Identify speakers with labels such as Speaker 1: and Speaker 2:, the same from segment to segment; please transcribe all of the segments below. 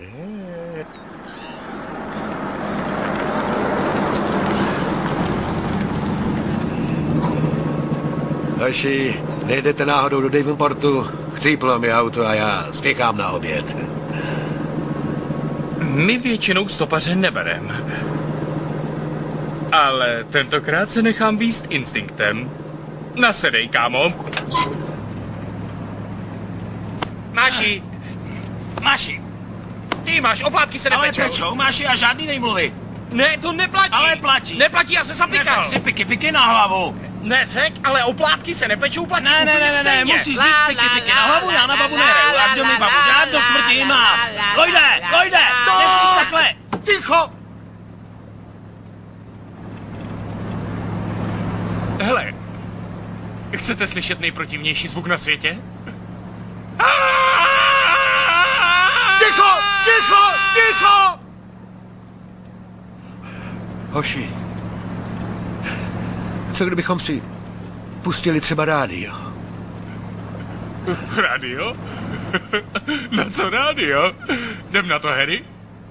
Speaker 1: Hoši, nejdete náhodou do Devonportu? Chcíplo mi auto a já spěchám na oběd.
Speaker 2: My většinou stopaře neberem. Ale tentokrát se nechám vést instinktem. Nasedej, kámo.
Speaker 3: Máši,
Speaker 4: Ty máš, oplátky se
Speaker 3: ale
Speaker 4: nepečou.
Speaker 3: pečou, Máši, a žádný nejmluvy.
Speaker 4: Ne, to neplatí.
Speaker 3: Ale platí.
Speaker 4: Neplatí, já se zaplikal.
Speaker 3: Neřek si piky na hlavu.
Speaker 4: Neřek, ale oplátky se nepečou, platí
Speaker 3: Ne, musíš říct piky na hlavu, já na babu nehraju. A kdo mi babu dá, do smrti ji má. Lojde, nesmíš takhle.
Speaker 4: Ticho!
Speaker 2: Hele, chcete slyšet nejprotivnější zvuk na světě?
Speaker 4: Ticho!
Speaker 1: Hoši, co kdybychom si pustili třeba rádio?
Speaker 2: Rádio? Na co rádio? Jdem na to, Harry?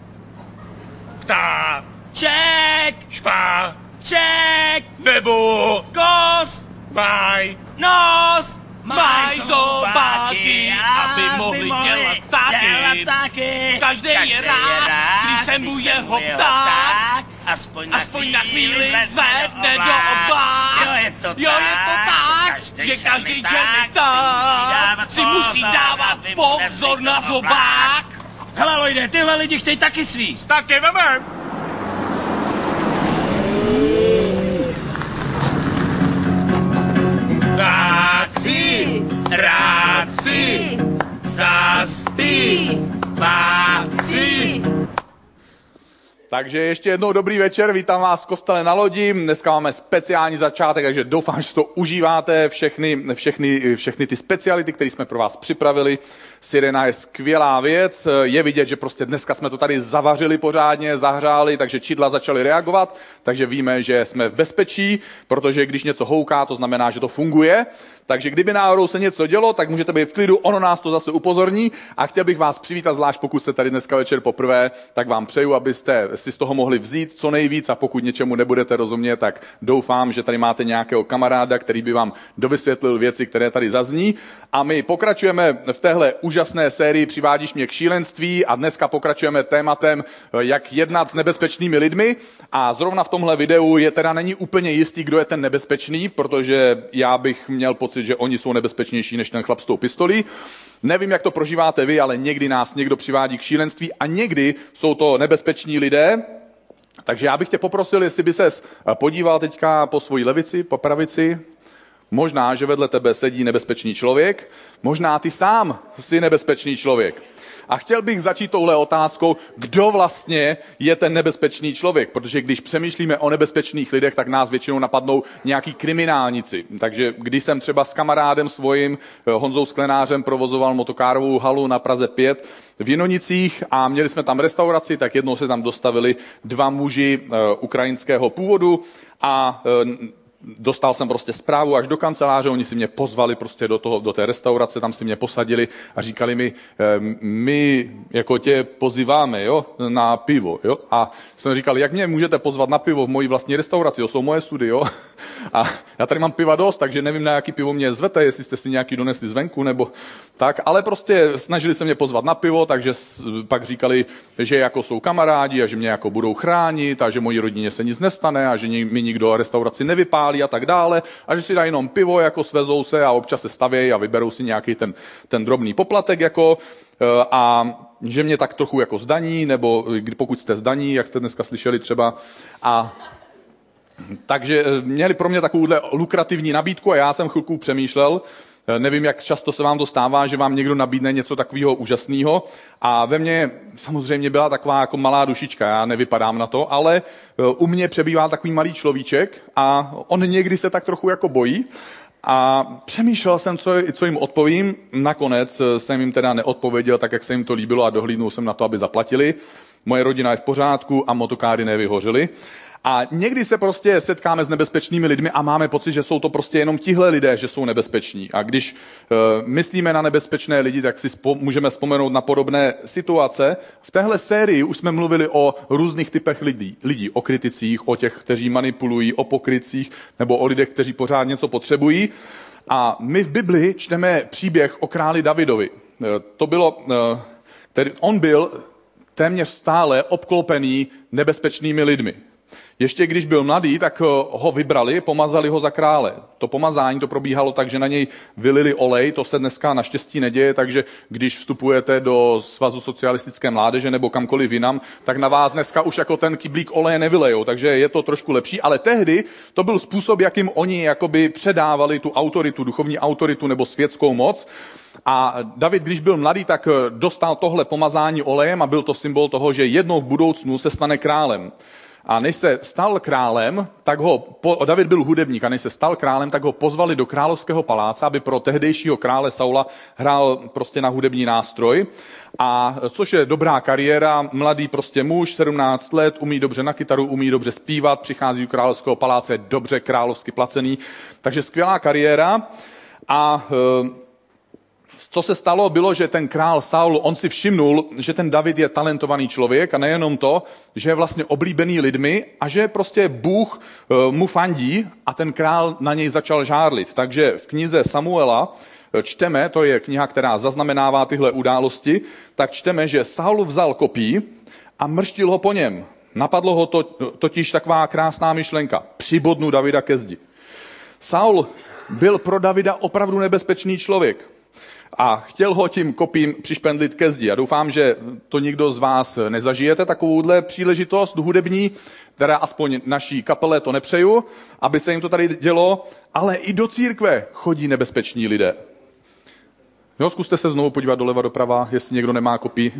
Speaker 2: Ptá,
Speaker 3: Ček,
Speaker 2: špá,
Speaker 3: ček,
Speaker 2: nebo
Speaker 3: kos,
Speaker 2: maj,
Speaker 3: nos,
Speaker 4: Maj zobáky, aby mohli dělat taky. Každý je rád, když se mu jeho pták
Speaker 3: aspoň
Speaker 4: na chvíli zvedne do obák. Jo, je to tak, že každý černý pták si musí dávat pozor na zobák.
Speaker 3: Hele, Lojde, tyhle lidi chtějí taky svíst.
Speaker 2: tak tě veme.
Speaker 4: Rád si zaspíváci.
Speaker 5: Takže ještě jednou dobrý večer, vítám vás v kostele na lodi. Dneska máme speciální začátek, takže doufám, že to užíváte, všechny ty speciality, které jsme pro vás připravili. Sirena je skvělá věc, je vidět, že prostě dneska jsme to tady zavařili pořádně, zahřáli, takže čidla začaly reagovat, takže víme, že jsme v bezpečí, protože když něco houká, to znamená, že to funguje. Takže kdyby náhodou se něco dělo, tak můžete být v klidu, ono nás to zase upozorní a chtěl bych vás přivítat, zvlášť pokud jste tady dneska večer poprvé, tak vám přeju, abyste si z toho mohli vzít co nejvíc a pokud něčemu nebudete rozumět, tak doufám, že tady máte nějakého kamaráda, který by vám dovysvětlil věci, které tady zazní. A my pokračujeme v téhle úžasné sérii Přivádíš mě k šílenství a dneska pokračujeme tématem, jak jednat s nebezpečnými lidmi a zrovna v tomhle videu není úplně jistý, kdo je ten nebezpečný, protože já bych měl pocit, že oni jsou nebezpečnější než ten chlap s tou pistolí. Nevím, jak to prožíváte vy, ale někdy nás někdo přivádí k šílenství a někdy jsou to nebezpeční lidé. Takže já bych tě poprosil, jestli by ses podíval teďka po svojí levici, po pravici. Možná, že vedle tebe sedí nebezpečný člověk, možná ty sám jsi nebezpečný člověk. A chtěl bych začít touhle otázkou, kdo vlastně je ten nebezpečný člověk, protože když přemýšlíme o nebezpečných lidech, tak nás většinou napadnou nějaký kriminálníci. Takže když jsem třeba s kamarádem svojím Honzou Sklenářem provozoval motokárovou halu na Praze 5 v Jinonicích a měli jsme tam restauraci, tak jednou se tam dostavili dva muži ukrajinského původu a dostal jsem prostě zprávu až do kanceláře, oni si mě pozvali prostě do té restaurace, tam si mě posadili a říkali mi, my jako tě pozýváme, jo, na pivo, jo. A jsem říkal, jak mě můžete pozvat na pivo v mojí vlastní restauraci, jo, jsou moje sudy, jo. A já tady mám piva dost, takže nevím, na jaký pivo mě zvete, jestli jste si nějaký donesli zvenku nebo tak, ale prostě snažili se mě pozvat na pivo, takže pak říkali, že jako jsou kamarádi a že mě jako budou chránit a že mojí rodině se nic nestane a že mi nikdo restauraci nevypálí a tak dále a že si dají jenom pivo, jako svezou se a občas se stavějí a vyberou si nějaký ten drobný poplatek jako a že mě tak trochu jako zdaní, nebo pokud jste zdaní, jak jste dneska slyšeli třeba a takže měli pro mě takovouhle lukrativní nabídku a já jsem chvilku přemýšlel. Nevím, jak často se vám to stává, že vám někdo nabídne něco takového úžasného. A ve mně samozřejmě byla taková jako malá dušička, já nevypadám na to, ale u mě přebývá takový malý človíček a on někdy se tak trochu jako bojí. A přemýšlel jsem, co jim odpovím. Nakonec jsem jim teda neodpověděl tak, jak se jim to líbilo a dohlídnul jsem na to, aby zaplatili. Moje rodina je v pořádku a motokáry nevyhořely. A někdy se prostě setkáme s nebezpečnými lidmi a máme pocit, že jsou to prostě jenom tihle lidé, že jsou nebezpeční. A když myslíme na nebezpečné lidi, tak si můžeme vzpomenout na podobné situace. V téhle sérii už jsme mluvili o různých typech lidí. O kriticích, o těch, kteří manipulují, o pokrytcích nebo o lidech, kteří pořád něco potřebují. A my v Bibli čteme příběh o králi Davidovi. On byl téměř stále obklopený nebezpečnými lidmi. Ještě když byl mladý, tak ho vybrali, pomazali ho za krále. To pomazání to probíhalo tak, že na něj vylili olej, to se dneska naštěstí neděje, takže když vstupujete do Svazu socialistické mládeže nebo kamkoliv jinam, tak na vás dneska už jako ten kyblík oleje nevylejou, takže je to trošku lepší, ale tehdy to byl způsob, jakým oni jakoby předávali tu autoritu, duchovní autoritu nebo světskou moc. A David, když byl mladý, tak dostal tohle pomazání olejem a byl to symbol toho, že jednou v budoucnu se stane králem. A než se stal králem, David byl hudebník, a než se stal králem, tak ho pozvali do královského paláce, aby pro tehdejšího krále Saula hrál prostě na hudební nástroj. A což je dobrá kariéra, mladý prostě muž, 17 let, umí dobře na kytaru, umí dobře zpívat, přichází do královského paláce, dobře královsky placený, takže skvělá kariéra. A co se stalo, bylo, že ten král Saul, on si všimnul, že ten David je talentovaný člověk a nejenom to, že je vlastně oblíbený lidmi a že prostě Bůh mu fandí a ten král na něj začal žárlit. Takže v knize Samuela čteme, to je kniha, která zaznamenává tyhle události, tak čteme, že Saul vzal kopí a mrštil ho po něm. Napadlo ho totiž taková krásná myšlenka. Přibodnu Davida ke zdi. Saul byl pro Davida opravdu nebezpečný člověk. A chtěl ho tím kopím přišpendlit ke zdi. A doufám, že to nikdo z vás nezažijete, takovouhle příležitost hudební, teda aspoň naší kapele to nepřeju, aby se jim to tady dělo, ale i do církve chodí nebezpeční lidé. Jo, zkuste se znovu podívat doleva doprava, jestli někdo nemá kopí.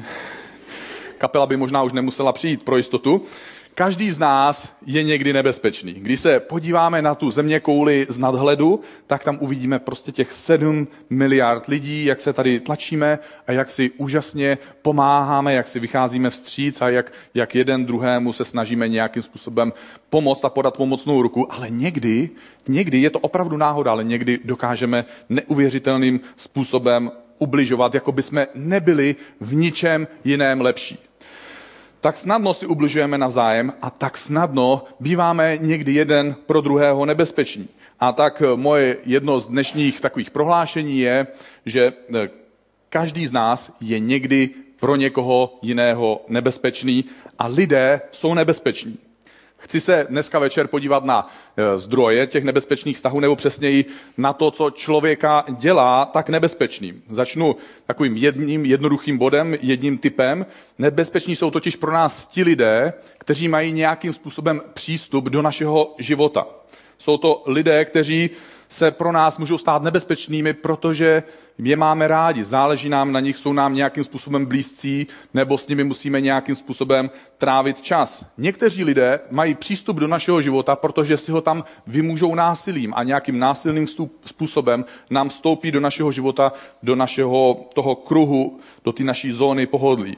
Speaker 5: Kapela by možná už nemusela přijít pro jistotu. Každý z nás je někdy nebezpečný. Když se podíváme na tu zeměkouli z nadhledu, tak tam uvidíme prostě těch 7 miliard lidí, jak se tady tlačíme a jak si úžasně pomáháme, jak si vycházíme vstříc a jak jeden druhému se snažíme nějakým způsobem pomoct a podat pomocnou ruku. Ale někdy je to opravdu náhoda, ale někdy dokážeme neuvěřitelným způsobem ubližovat, jako by jsme nebyli v ničem jiném lepší. Tak snadno si ubližujeme navzájem a tak snadno býváme někdy jeden pro druhého nebezpeční. A tak moje jedno z dnešních takových prohlášení je, že každý z nás je někdy pro někoho jiného nebezpečný a lidé jsou nebezpeční. Chci se dneska večer podívat na zdroje těch nebezpečných vztahů, nebo přesněji na to, co člověka dělá tak nebezpečným. Začnu takovým jednoduchým bodem, jedním typem. Nebezpeční jsou totiž pro nás ti lidé, kteří mají nějakým způsobem přístup do našeho života. Jsou to lidé, kteří se pro nás můžou stát nebezpečnými, protože je máme rádi, záleží nám na nich, jsou nám nějakým způsobem blízcí, nebo s nimi musíme nějakým způsobem trávit čas. Někteří lidé mají přístup do našeho života, protože si ho tam vymůžou násilím a nějakým násilným způsobem nám vstoupí do našeho života, do našeho toho kruhu, do té naší zóny pohodlí.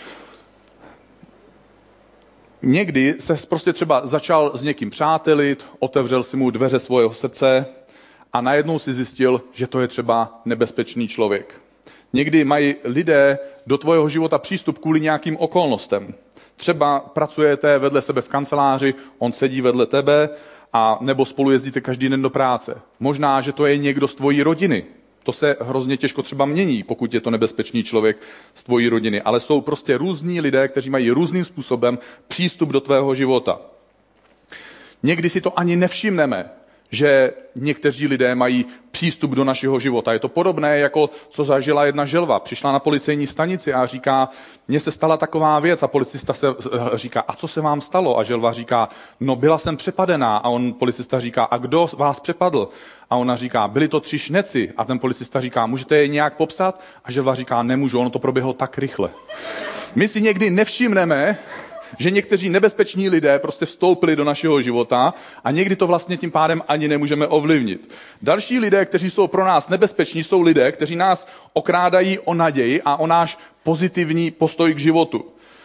Speaker 5: Někdy se prostě třeba začal s někým přátelit, otevřel si mu dveře svého srdce a najednou si zjistil, že to je třeba nebezpečný člověk. Někdy mají lidé do tvojho života přístup kvůli nějakým okolnostem. Třeba pracujete vedle sebe v kanceláři, on sedí vedle tebe a nebo spolu jezdíte každý den do práce. Možná, že to je někdo z tvojí rodiny. To se hrozně těžko třeba mění, pokud je to nebezpečný člověk z tvojí rodiny. Ale jsou prostě různí lidé, kteří mají různým způsobem přístup do tvého života. Někdy si to ani nevšimneme, že někteří lidé mají přístup do našeho života. Je to podobné, jako co zažila jedna želva. Přišla na policejní stanici a říká, mně se stala taková věc a policista se říká, a co se vám stalo? A želva říká, no byla jsem přepadená. A policista říká, a kdo vás přepadl? A ona říká, byli to 3 šneci. A ten policista říká, můžete je nějak popsat? A želva říká, nemůžu, ono to proběhlo tak rychle. My si někdy nevšimneme, že někteří nebezpeční lidé prostě vstoupili do našeho života a někdy to vlastně tím pádem ani nemůžeme ovlivnit. Další lidé, kteří jsou pro nás nebezpeční, jsou lidé, kteří nás okrádají o naději a o náš pozitivní postoj k životu.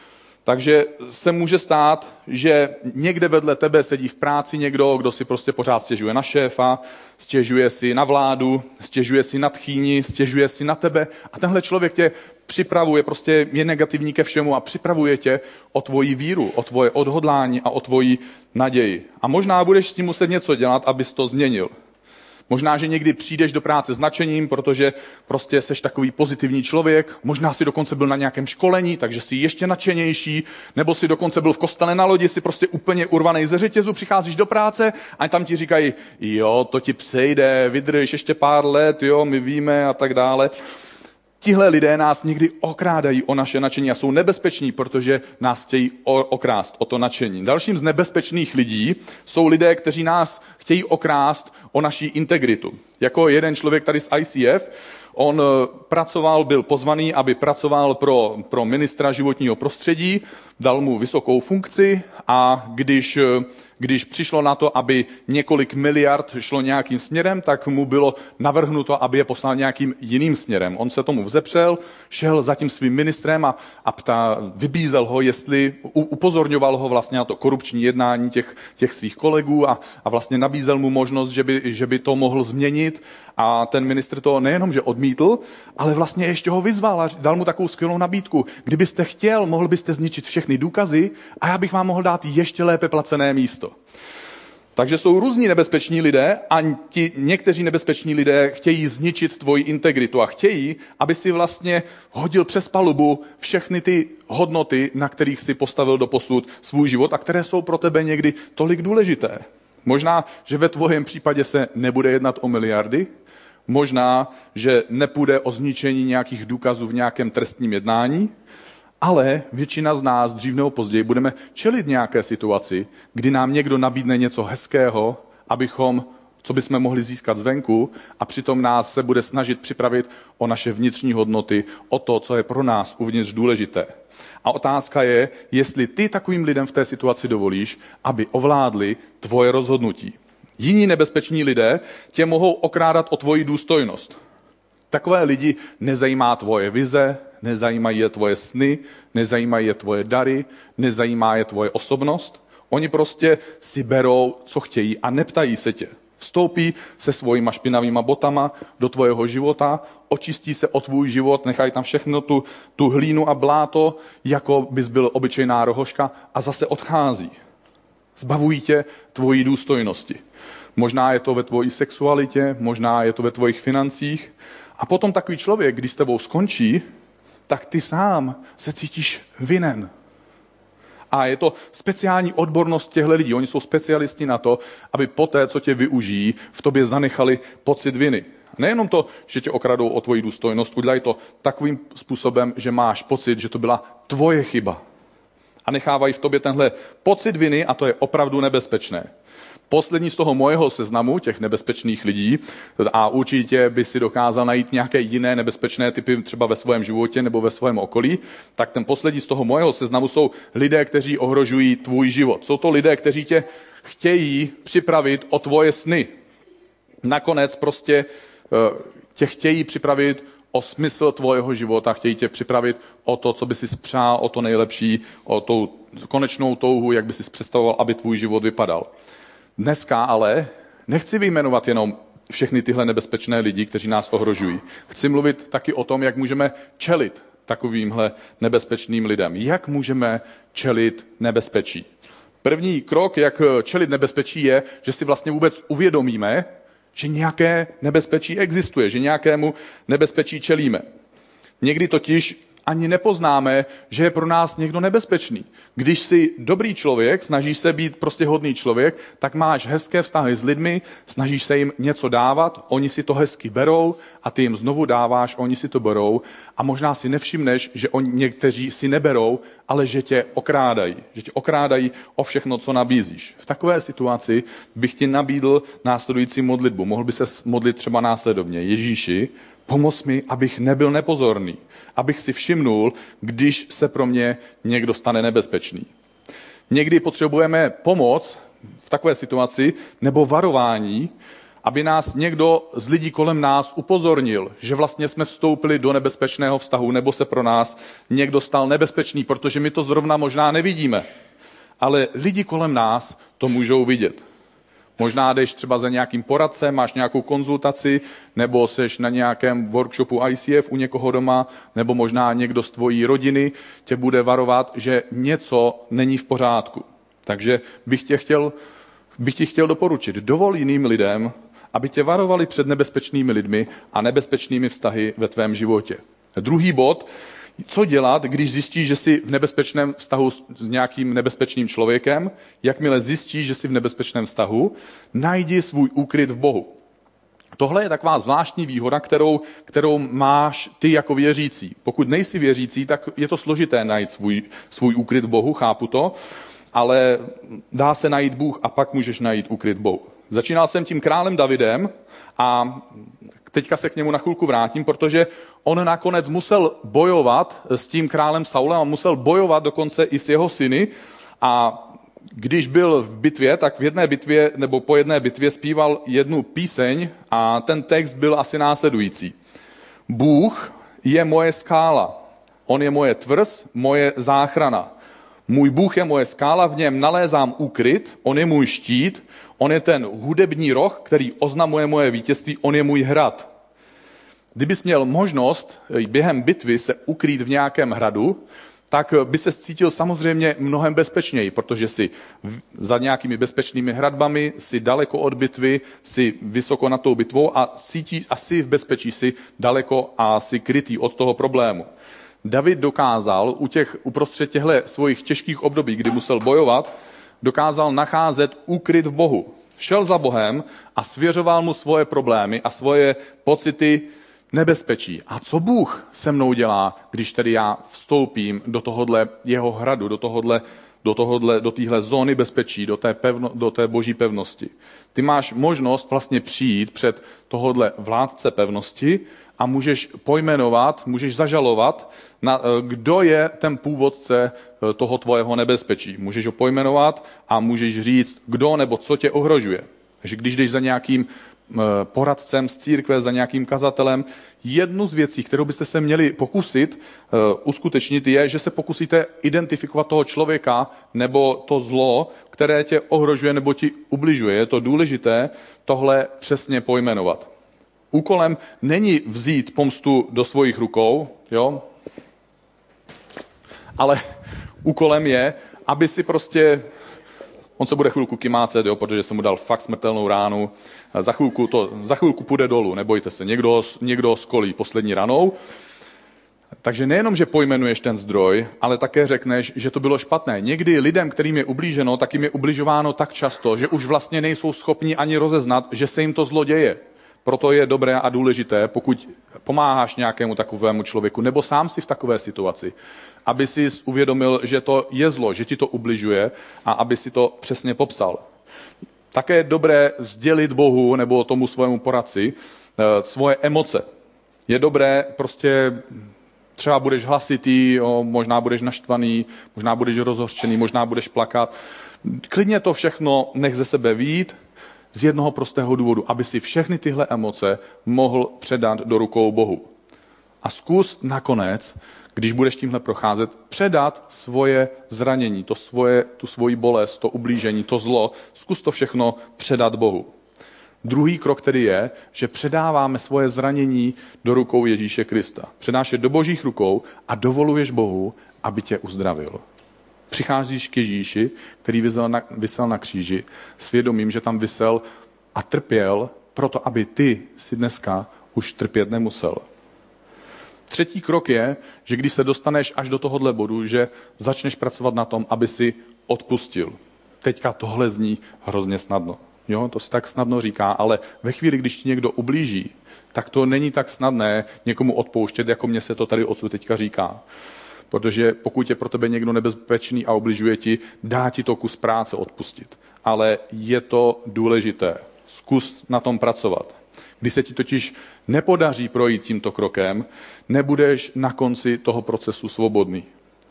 Speaker 5: Takže se může stát, že někde vedle tebe sedí v práci někdo, kdo si prostě pořád stěžuje na šéfa, stěžuje si na vládu, stěžuje si na tchýni, stěžuje si na tebe a tenhle člověk tě připravuje, prostě je negativní ke všemu a připravuje tě o tvoji víru, o tvoje odhodlání a o tvoji naději. A možná budeš s tím muset něco dělat, abys to změnil. Možná, že někdy přijdeš do práce s nadšením, protože prostě seš takový pozitivní člověk, možná si dokonce byl na nějakém školení, takže jsi ještě nadšenější, nebo si dokonce byl v kostele na lodi, si prostě úplně urvaný ze řetězu, přicházíš do práce a tam ti říkají, jo, to ti přejde, vydrž ještě pár let, jo, my víme a tak dále. Tihle lidé nás někdy okrádají o naše nadšení a jsou nebezpeční, protože nás chtějí okrást o to nadšení. Dalším z nebezpečných lidí jsou lidé, kteří nás chtějí okrást o naší integritu. Jako jeden člověk tady z ICF, on byl pozvaný, aby pracoval pro ministra životního prostředí, dal mu vysokou funkci a když přišlo na to, aby několik miliard šlo nějakým směrem, tak mu bylo navrhnuto, aby je poslal nějakým jiným směrem. On se tomu vzepřel, šel za tím svým ministrem a vybízel ho, upozorňoval ho vlastně na to korupční jednání těch svých kolegů a vlastně nabízel mu možnost, že by to mohl změnit. A ten ministr to nejenom, že odmítl, ale vlastně ještě ho vyzval a dal mu takovou skvělou nabídku. Kdybyste chtěl, mohl byste zničit všechny důkazy a já bych vám mohl dát ještě lépe placené místo. Takže jsou různí nebezpeční lidé a ti někteří nebezpeční lidé chtějí zničit tvoji integritu a chtějí, aby si vlastně hodil přes palubu všechny ty hodnoty, na kterých si postavil doposud svůj život a které jsou pro tebe někdy tolik důležité. Možná, že ve tvém případě se nebude jednat o miliardy, možná, že nepůjde o zničení nějakých důkazů v nějakém trestním jednání, ale většina z nás dřív nebo později budeme čelit nějaké situaci, kdy nám někdo nabídne něco hezkého, co bychom mohli získat zvenku a přitom nás se bude snažit připravit o naše vnitřní hodnoty, o to, co je pro nás uvnitř důležité. A otázka je, jestli ty takovým lidem v té situaci dovolíš, aby ovládli tvoje rozhodnutí. Jiní nebezpeční lidé tě mohou okrádat o tvoji důstojnost. Takové lidi nezajímá tvoje vize, nezajímají je tvoje sny, nezajímají je tvoje dary, nezajímá je tvoje osobnost. Oni prostě si berou, co chtějí a neptají se tě. Vstoupí se svojima špinavýma botama do tvojeho života, očistí se o tvůj život, nechají tam všechno tu hlínu a bláto, jako bys byl obyčejná rohoška a zase odchází. Zbavují tě tvojí důstojnosti. Možná je to ve tvojí sexualitě, možná je to ve tvojich financích. A potom takový člověk, když s tebou skončí, tak ty sám se cítíš vinen. A je to speciální odbornost těchto lidí. Oni jsou specialisti na to, aby poté, co tě využijí, v tobě zanechali pocit viny. Nejenom to, že tě okradou o tvoji důstojnost, udělají to takovým způsobem, že máš pocit, že to byla tvoje chyba. A nechávají v tobě tenhle pocit viny a to je opravdu nebezpečné. Poslední z toho mojeho seznamu těch nebezpečných lidí, a určitě by si dokázal najít nějaké jiné nebezpečné typy třeba ve svém životě nebo ve svém okolí, tak ten poslední z toho mojeho seznamu jsou lidé, kteří ohrožují tvůj život. Jsou to lidé, kteří tě chtějí připravit o tvoje sny. Nakonec prostě tě chtějí připravit o smysl tvojeho života, chtějí tě připravit o to, co by si spřál, o to nejlepší, o tou konečnou touhu, jak by si představoval, aby tvůj život vypadal. Dneska ale nechci vyjmenovat jenom všechny tyhle nebezpečné lidi, kteří nás ohrožují. Chci mluvit taky o tom, jak můžeme čelit takovýmhle nebezpečným lidem. Jak můžeme čelit nebezpečí. První krok, jak čelit nebezpečí, je, že si vlastně vůbec uvědomíme, že nějaké nebezpečí existuje, že nějakému nebezpečí čelíme. Někdy totiž ani nepoznáme, že je pro nás někdo nebezpečný. Když jsi dobrý člověk, snažíš se být prostě hodný člověk, tak máš hezké vztahy s lidmi, snažíš se jim něco dávat, oni si to hezky berou a ty jim znovu dáváš, oni si to berou a možná si nevšimneš, že někteří si neberou, ale že tě okrádají o všechno, co nabízíš. V takové situaci bych ti nabídl následující modlitbu. Mohl by se modlit třeba následovně. Ježíši, pomoz mi, abych nebyl nepozorný, abych si všimnul, když se pro mě někdo stane nebezpečný. Někdy potřebujeme pomoc v takové situaci nebo varování aby nás někdo z lidí kolem nás upozornil, že vlastně jsme vstoupili do nebezpečného vztahu, nebo se pro nás někdo stal nebezpečný, protože my to zrovna možná nevidíme. Ale lidi kolem nás to můžou vidět. Možná jdeš třeba za nějakým poradcem, máš nějakou konzultaci, nebo seš na nějakém workshopu ICF u někoho doma, nebo možná někdo z tvojí rodiny tě bude varovat, že něco není v pořádku. Takže bych ti chtěl doporučit, dovol jiným lidem, aby tě varovali před nebezpečnými lidmi a nebezpečnými vztahy ve tvém životě. Druhý bod, co dělat, když zjistíš, že jsi v nebezpečném vztahu s nějakým nebezpečným člověkem, jakmile zjistíš, že jsi v nebezpečném vztahu, najdi svůj úkryt v Bohu. Tohle je taková zvláštní výhoda, kterou máš ty jako věřící. Pokud nejsi věřící, tak je to složité najít svůj úkryt v Bohu, chápu to, ale dá se najít Bůh a pak můžeš najít úkryt v Bohu. Začínal jsem tím králem Davidem a teďka se k němu na chvilku vrátím, protože on nakonec musel bojovat s tím králem Saulem a musel bojovat dokonce i s jeho syny a když byl v bitvě, tak v jedné bitvě nebo po jedné bitvě zpíval jednu píseň a ten text byl asi následující. Bůh je moje skála, on je moje tvrz, moje záchrana. Můj Bůh je moje skála, v něm nalézám úkryt, on je můj štít, on je ten hudební roh, který oznamuje moje vítězství, on je můj hrad. Kdybys měl možnost během bitvy se ukrýt v nějakém hradu, tak by se cítil samozřejmě mnohem bezpečněji, protože si za nějakými bezpečnými hradbami, si daleko od bitvy, si vysoko nad tou bitvou a jsi v bezpečí, si daleko a si krytý od toho problému. David dokázal uprostřed těchto svých těžkých období, kdy musel bojovat, dokázal nacházet úkryt v Bohu. Šel za Bohem a svěřoval mu svoje problémy a svoje pocity nebezpečí. A co Bůh se mnou dělá, když tedy já vstoupím do tohohle jeho hradu, do téhle zóny bezpečí, do té boží pevnosti. Ty máš možnost vlastně přijít před tohohle vládce pevnosti a můžeš pojmenovat, můžeš zažalovat, kdo je ten původce toho tvojeho nebezpečí. Můžeš ho pojmenovat a můžeš říct, kdo nebo co tě ohrožuje. Takže když jdeš za nějakým poradcem z církve, za nějakým kazatelem, jednu z věcí, kterou byste se měli pokusit uskutečnit, je, že se pokusíte identifikovat toho člověka nebo to zlo, které tě ohrožuje nebo ti ubližuje. Je to důležité tohle přesně pojmenovat. Úkolem není vzít pomstu do svých rukou, jo? Ale úkolem je, aby si prostě, on se bude chvilku kymácet, jo, protože jsem mu dal fakt smrtelnou ránu, za chvilku půjde dolů, nebojte se, někdo skolí poslední ranou. Takže nejenom, že pojmenuješ ten zdroj, ale také řekneš, že to bylo špatné. Někdy lidem, kterým je ublíženo, tak jim je ubližováno tak často, že už vlastně nejsou schopni ani rozeznat, že se jim to zlo děje. Proto je dobré a důležité, pokud pomáháš nějakému takovému člověku, nebo sám si v takové situaci, aby si uvědomil, že to je zlo, že ti to ubližuje a aby si to přesně popsal. Také je dobré sdělit Bohu nebo tomu svému poradci svoje emoce. Je dobré prostě, třeba budeš hlasitý, možná budeš naštvaný, možná budeš rozhořčený, možná budeš plakat. Klidně to všechno nech ze sebe vyjít, z jednoho prostého důvodu, aby si všechny tyhle emoce mohl předat do rukou Bohu. A zkus nakonec, když budeš tímhle procházet, předat svoje zranění, tu svoji bolest, to ublížení, to zlo, zkus to všechno předat Bohu. Druhý krok tedy je, že předáváme svoje zranění do rukou Ježíše Krista. Předáš je do Božích rukou a dovoluješ Bohu, aby tě uzdravil. Přicházíš k Ježíši, který visel na kříži, s vědomím, že tam visel a trpěl, proto aby ty si dneska už trpět nemusel. Třetí krok je, že když se dostaneš až do tohohle bodu, že začneš pracovat na tom, aby si odpustil. Teďka tohle zní hrozně snadno. Jo, to se tak snadno říká, ale ve chvíli, když ti někdo ublíží, tak to není tak snadné někomu odpouštět, jako mně se to tady odsud teďka říká. Protože pokud je pro tebe někdo nebezpečný a ubližuje ti, dá ti to kus práce odpustit. Ale je to důležité. Zkus na tom pracovat. Když se ti totiž nepodaří projít tímto krokem, nebudeš na konci toho procesu svobodný.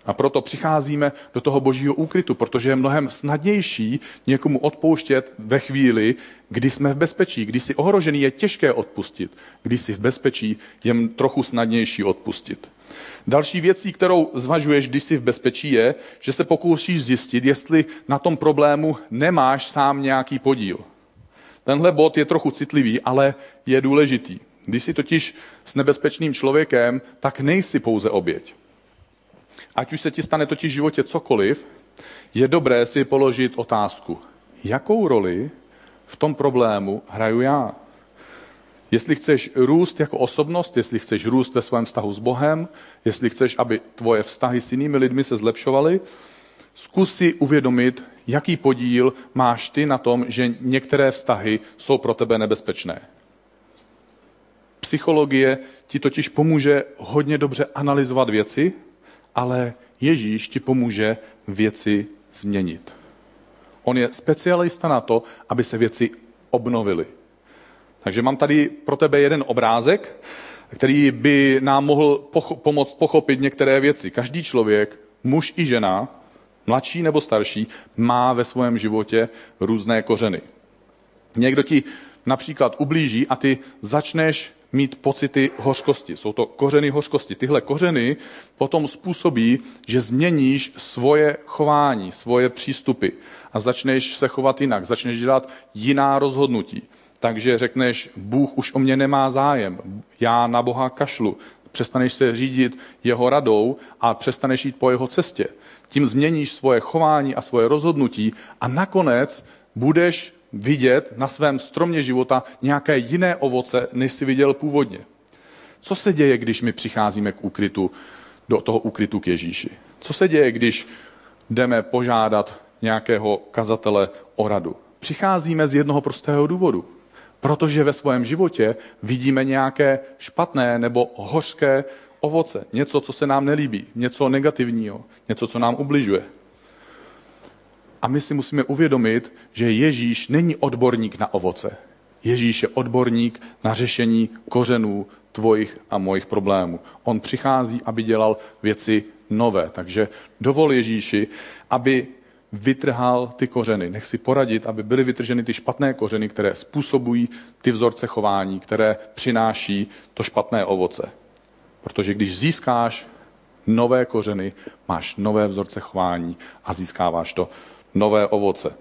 Speaker 5: A proto přicházíme do toho božího úkrytu, protože je mnohem snadnější někomu odpouštět ve chvíli, kdy jsme v bezpečí. Když jsi ohrožený, je těžké odpustit. Když jsi v bezpečí, je trochu snadnější odpustit. Další věcí, kterou zvažuješ, když jsi v bezpečí, je, že se pokoušíš zjistit, jestli na tom problému nemáš sám nějaký podíl. Tenhle bod je trochu citlivý, ale je důležitý. Když jsi totiž s nebezpečným člověkem, tak nejsi pouze oběť. Ať už se ti stane totiž v životě cokoliv, je dobré si položit otázku, jakou roli v tom problému hraju já. Jestli chceš růst jako osobnost, jestli chceš růst ve svém vztahu s Bohem, jestli chceš, aby tvoje vztahy s jinými lidmi se zlepšovaly, zkus si uvědomit, jaký podíl máš ty na tom, že některé vztahy jsou pro tebe nebezpečné. Psychologie ti totiž pomůže hodně dobře analyzovat věci, ale Ježíš ti pomůže věci změnit. On je specialista na to, aby se věci obnovily. Takže mám tady pro tebe jeden obrázek, který by nám mohl pomoct pochopit některé věci. Každý člověk, muž i žena, mladší nebo starší, má ve svém životě různé kořeny. Někdo ti například ublíží a ty začneš mít pocity hořkosti. Jsou to kořeny hořkosti. Tyhle kořeny potom způsobí, že změníš svoje chování, svoje přístupy a začneš se chovat jinak, začneš dělat jiná rozhodnutí. Takže řekneš, Bůh už o mě nemá zájem, já na Boha kašlu, přestaneš se řídit jeho radou a přestaneš jít po jeho cestě. Tím změníš svoje chování a svoje rozhodnutí a nakonec budeš vidět na svém stromě života nějaké jiné ovoce, než jsi viděl původně. Co se děje, když my přicházíme k úkrytu, do toho úkrytu k Ježíši? Co se děje, když jdeme požádat nějakého kazatele o radu? Přicházíme z jednoho prostého důvodu. Protože ve svém životě vidíme nějaké špatné nebo hořké ovoce. Něco, co se nám nelíbí, něco negativního, něco, co nám ubližuje. A my si musíme uvědomit, že Ježíš není odborník na ovoce. Ježíš je odborník na řešení kořenů tvojich a mojich problémů. On přichází, aby dělal věci nové. Takže dovol Ježíši, aby vytrhal ty kořeny. Nech si poradit, aby byly vytrženy ty špatné kořeny, které způsobují ty vzorce chování, které přináší to špatné ovoce. Protože když získáš nové kořeny, máš nové vzorce chování a získáváš to nové ovoce.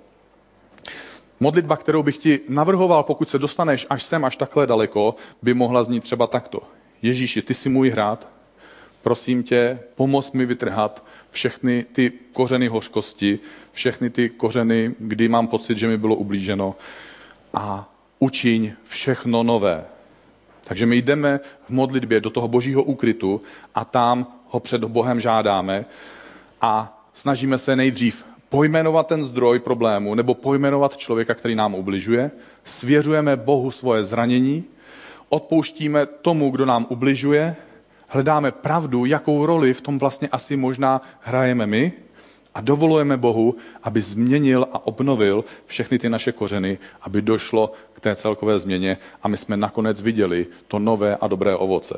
Speaker 5: Modlitba, kterou bych ti navrhoval, pokud se dostaneš až sem, až takhle daleko, by mohla znít třeba takto. Ježíši, ty jsi můj hrad, prosím tě, pomoz mi vytrhat všechny ty kořeny hořkosti, všechny ty kořeny, kdy mám pocit, že mi bylo ublíženo a učiň všechno nové. Takže my jdeme v modlitbě do toho božího úkrytu a tam ho před Bohem žádáme a snažíme se nejdřív pojmenovat ten zdroj problému nebo pojmenovat člověka, který nám ubližuje, svěřujeme Bohu svoje zranění, odpouštíme tomu, kdo nám ubližuje, hledáme pravdu, jakou roli v tom vlastně asi možná hrajeme my a dovolujeme Bohu, aby změnil a obnovil všechny ty naše kořeny, aby došlo k té celkové změně a my jsme nakonec viděli to nové a dobré ovoce.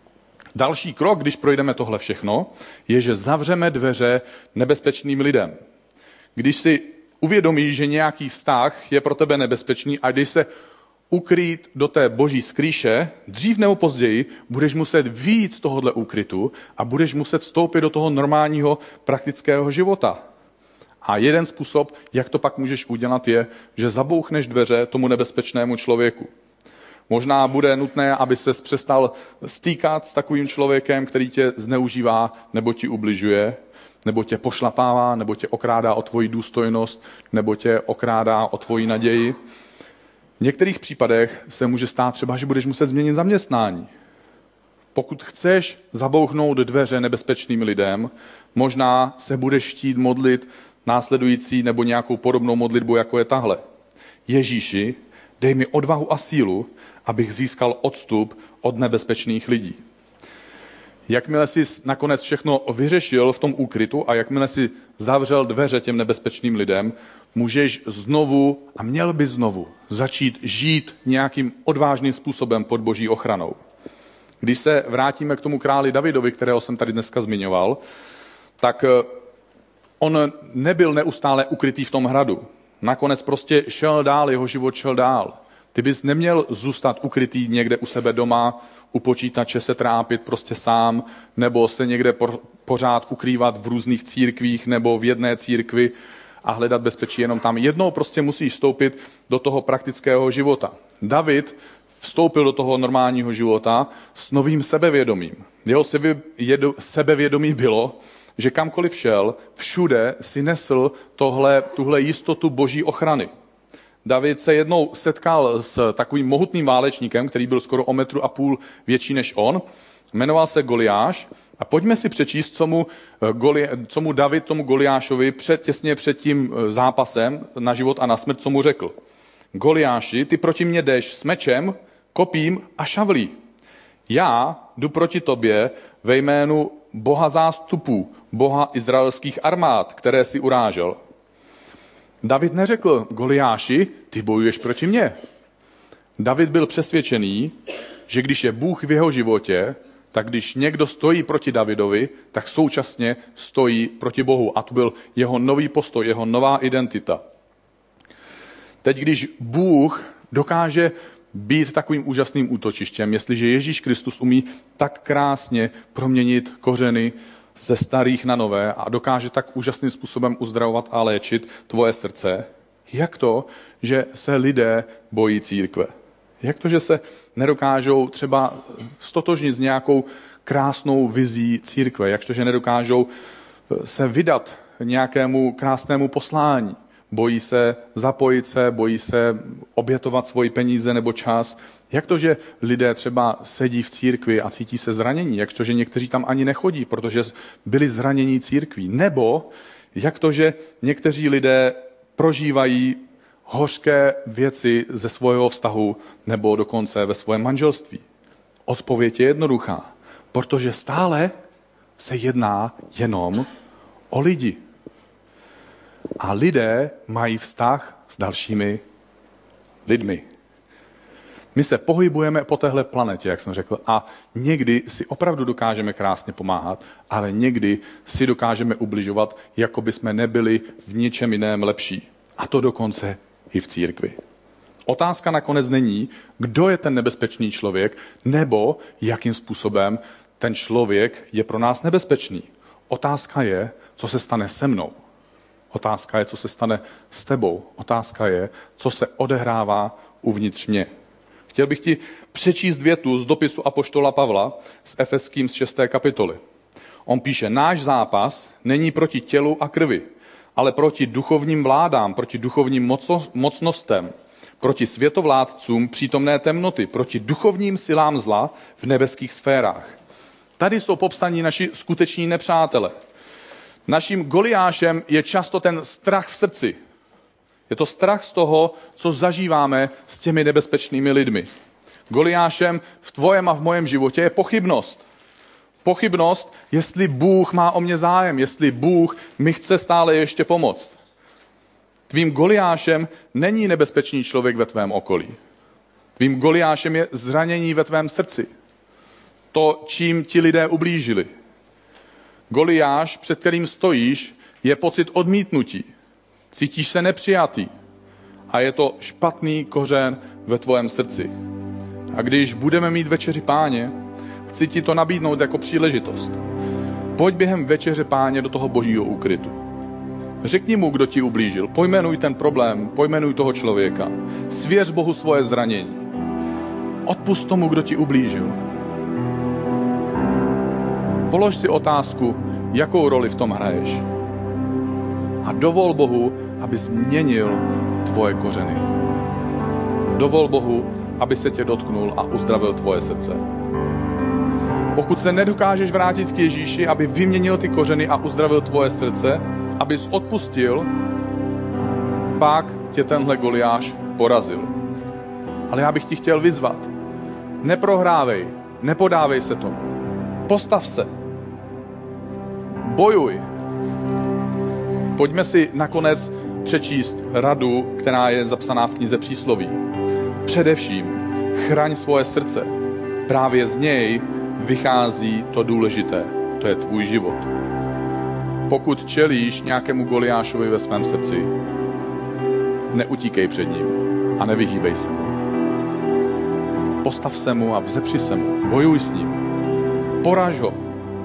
Speaker 5: Další krok, když projdeme tohle všechno, je, že zavřeme dveře nebezpečným lidem. Když si uvědomíš, že nějaký vztah je pro tebe nebezpečný a když se ukrýt do té boží skrýše, dřív nebo později budeš muset vyjít z tohohle úkrytu a budeš muset vstoupit do toho normálního praktického života. A jeden způsob, jak to pak můžeš udělat, je, že zabouchneš dveře tomu nebezpečnému člověku. Možná bude nutné, aby ses přestal stýkat s takovým člověkem, který tě zneužívá nebo ti ubližuje, nebo tě pošlapává, nebo tě okrádá o tvoji důstojnost, nebo tě okrádá o tvoji naději. V některých případech se může stát třeba, že budeš muset změnit zaměstnání. Pokud chceš zabouchnout dveře nebezpečným lidem, možná se budeš chtít modlit následující nebo nějakou podobnou modlitbu, jako je tahle. Ježíši, dej mi odvahu a sílu, abych získal odstup od nebezpečných lidí. Jakmile jsi nakonec všechno vyřešil v tom úkrytu a jakmile jsi zavřel dveře těm nebezpečným lidem, můžeš znovu a měl by znovu začít žít nějakým odvážným způsobem pod boží ochranou. Když se vrátíme k tomu králi Davidovi, kterého jsem tady dneska zmiňoval, tak on nebyl neustále ukrytý v tom hradu. Nakonec prostě šel dál, jeho život šel dál. Ty bys neměl zůstat ukrytý někde u sebe doma, u počítače se trápit prostě sám, nebo se někde pořád ukrývat v různých církvích nebo v jedné církvi a hledat bezpečí jenom tam. Jednou prostě musíš vstoupit do toho praktického života. David vstoupil do toho normálního života s novým sebevědomím. Jeho sebevědomí bylo, že kamkoliv šel, všude si nesl tuhle jistotu boží ochrany. David se jednou setkal s takovým mohutným válečníkem, který byl skoro o 1,5 metru větší než on. Jmenoval se Goliáš. A pojďme si přečíst, co mu David tomu Goliášovi těsně před tím zápasem na život a na smrt, co mu řekl. Goliáši, ty proti mně jdeš s mečem, kopím a šavlí. Já jdu proti tobě ve jménu Boha zástupů, Boha izraelských armád, které si urážel. David neřekl Goliáši, ty bojuješ proti mně. David byl přesvědčený, že když je Bůh v jeho životě, tak když někdo stojí proti Davidovi, tak současně stojí proti Bohu. A to byl jeho nový postoj, jeho nová identita. Teď, když Bůh dokáže být takovým úžasným útočištěm, jestliže Ježíš Kristus umí tak krásně proměnit kořeny ze starých na nové a dokáže tak úžasným způsobem uzdravovat a léčit tvoje srdce, jak to, že se lidé bojí církve? Jak to, že se nedokážou třeba stotožnit s nějakou krásnou vizí církve? Jak to, že nedokážou se vydat nějakému krásnému poslání? Bojí se zapojit se, bojí se obětovat svoji peníze nebo čas. Jak to, že lidé třeba sedí v církvi a cítí se zranění? Jak to, že někteří tam ani nechodí, protože byli zranění církví? Nebo jak to, že někteří lidé prožívají hořké věci ze svého vztahu nebo dokonce ve svém manželství? Odpověď je jednoduchá, protože stále se jedná jenom o lidi. A lidé mají vztah s dalšími lidmi. My se pohybujeme po téhle planetě, jak jsem řekl, a někdy si opravdu dokážeme krásně pomáhat, ale někdy si dokážeme ubližovat, jako by jsme nebyli v ničem jiném lepší. A to dokonce i v církvi. Otázka nakonec není, kdo je ten nebezpečný člověk, nebo jakým způsobem ten člověk je pro nás nebezpečný. Otázka je, co se stane se mnou. Otázka je, co se stane s tebou. Otázka je, co se odehrává uvnitř mě. Chtěl bych ti přečíst větu z dopisu apoštola Pavla z Efeským z 6. kapitoly. On píše, náš zápas není proti tělu a krvi, ale proti duchovním vládám, proti duchovním mocnostem, proti světovládcům přítomné temnoty, proti duchovním silám zla v nebeských sférách. Tady jsou popsaní naši skuteční nepřátele. Naším Goliášem je často ten strach v srdci. Je to strach z toho, co zažíváme s těmi nebezpečnými lidmi. Goliášem v tvojem a v mojem životě je pochybnost. Pochybnost, jestli Bůh má o mě zájem, jestli Bůh mi chce stále ještě pomoct. Tvým Goliášem není nebezpečný člověk ve tvém okolí. Tvým Goliášem je zranění ve tvém srdci. To, čím ti lidé ublížili. Goliáš, před kterým stojíš, je pocit odmítnutí. Cítíš se nepřijatý. A je to špatný kořen ve tvém srdci. A když budeme mít večeři Páně, chci ti to nabídnout jako příležitost. Pojď během večeře Páně do toho božího úkrytu. Řekni mu, kdo ti ublížil. Pojmenuj ten problém, pojmenuj toho člověka. Svěř Bohu svoje zranění. Odpusť tomu, kdo ti ublížil. Polož si otázku, jakou roli v tom hraješ. A dovol Bohu, aby změnil tvoje kořeny. Dovol Bohu, aby se tě dotknul a uzdravil tvoje srdce. Pokud se nedokážeš vrátit k Ježíši, aby vyměnil ty kořeny a uzdravil tvoje srdce, abys odpustil, pak tě tenhle Goliáš porazil. Ale já bych ti chtěl vyzvat. Neprohrávej, nepodávej se tomu. Postav se. Bojuj. Pojďme si nakonec přečíst radu, která je zapsaná v knize Přísloví. Především chraň svoje srdce. Právě z něj vychází to důležité. To je tvůj život. Pokud čelíš nějakému Goliášovi ve svém srdci, neutíkej před ním a nevyhýbej se mu. Postav se mu a vzepři se mu. Bojuj s ním. Poraž ho.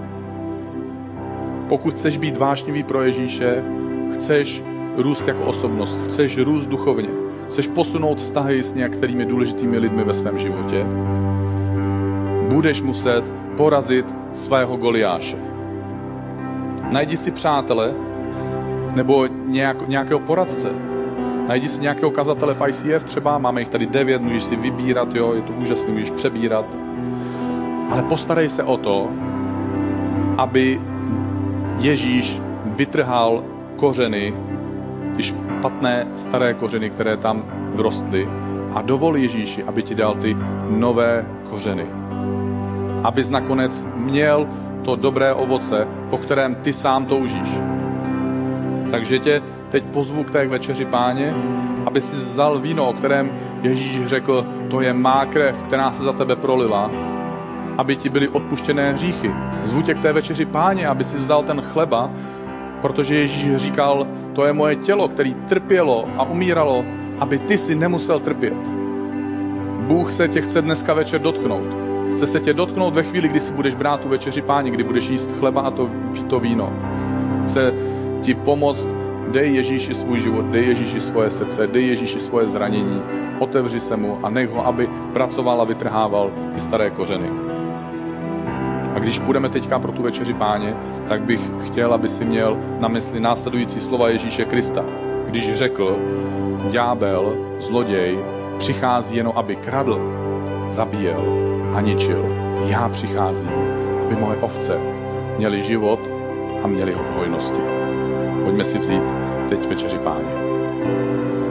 Speaker 5: Pokud chceš být vášnivý pro Ježíše, chceš růst jako osobnost, chceš růst duchovně, chceš posunout vztahy s některými důležitými lidmi ve svém životě, budeš muset porazit svého Goliáše. Najdi si přátele nebo nějakého poradce. Najdi si nějakého kazatele v ICF třeba, máme jich tady 9, můžeš si vybírat, jo, je to úžasné, můžeš přebírat. Ale postarej se o to, aby Ježíš vytrhal kořeny, ty špatné staré kořeny, které tam vrostly, a dovol Ježíši, aby ti dal ty nové kořeny. Abys nakonec měl to dobré ovoce, po kterém ty sám toužíš. Takže tě teď pozvu k té večeři Páně, aby si vzal víno, o kterém Ježíš řekl, to je má krev, která se za tebe prolila, aby ti byly odpuštěné hříchy. Zvu tě k té večeři Páně, aby si vzal ten chleba, protože Ježíš říkal, to je moje tělo, které trpělo a umíralo, aby ty si nemusel trpět. Bůh se tě chce dneska večer dotknout. Chce se tě dotknout ve chvíli, kdy si budeš brát tu večeři Páně, kdy budeš jíst chleba a to víno. Chce ti pomoct, dej Ježíši svůj život, dej Ježíši svoje srdce, dej Ježíši svoje zranění, otevři se mu a nech ho, aby pracoval a vytrhával ty staré kořeny. A když půjdeme teďka pro tu večeři Páně, tak bych chtěl, aby si měl na mysli následující slova Ježíše Krista. Když řekl, ďábel, zloděj, přichází jenom, aby kradl, zabíjel a ničil. Já přicházím, aby moje ovce měly život a měly ho v hojnosti. Pojďme si vzít teď večeři Páně.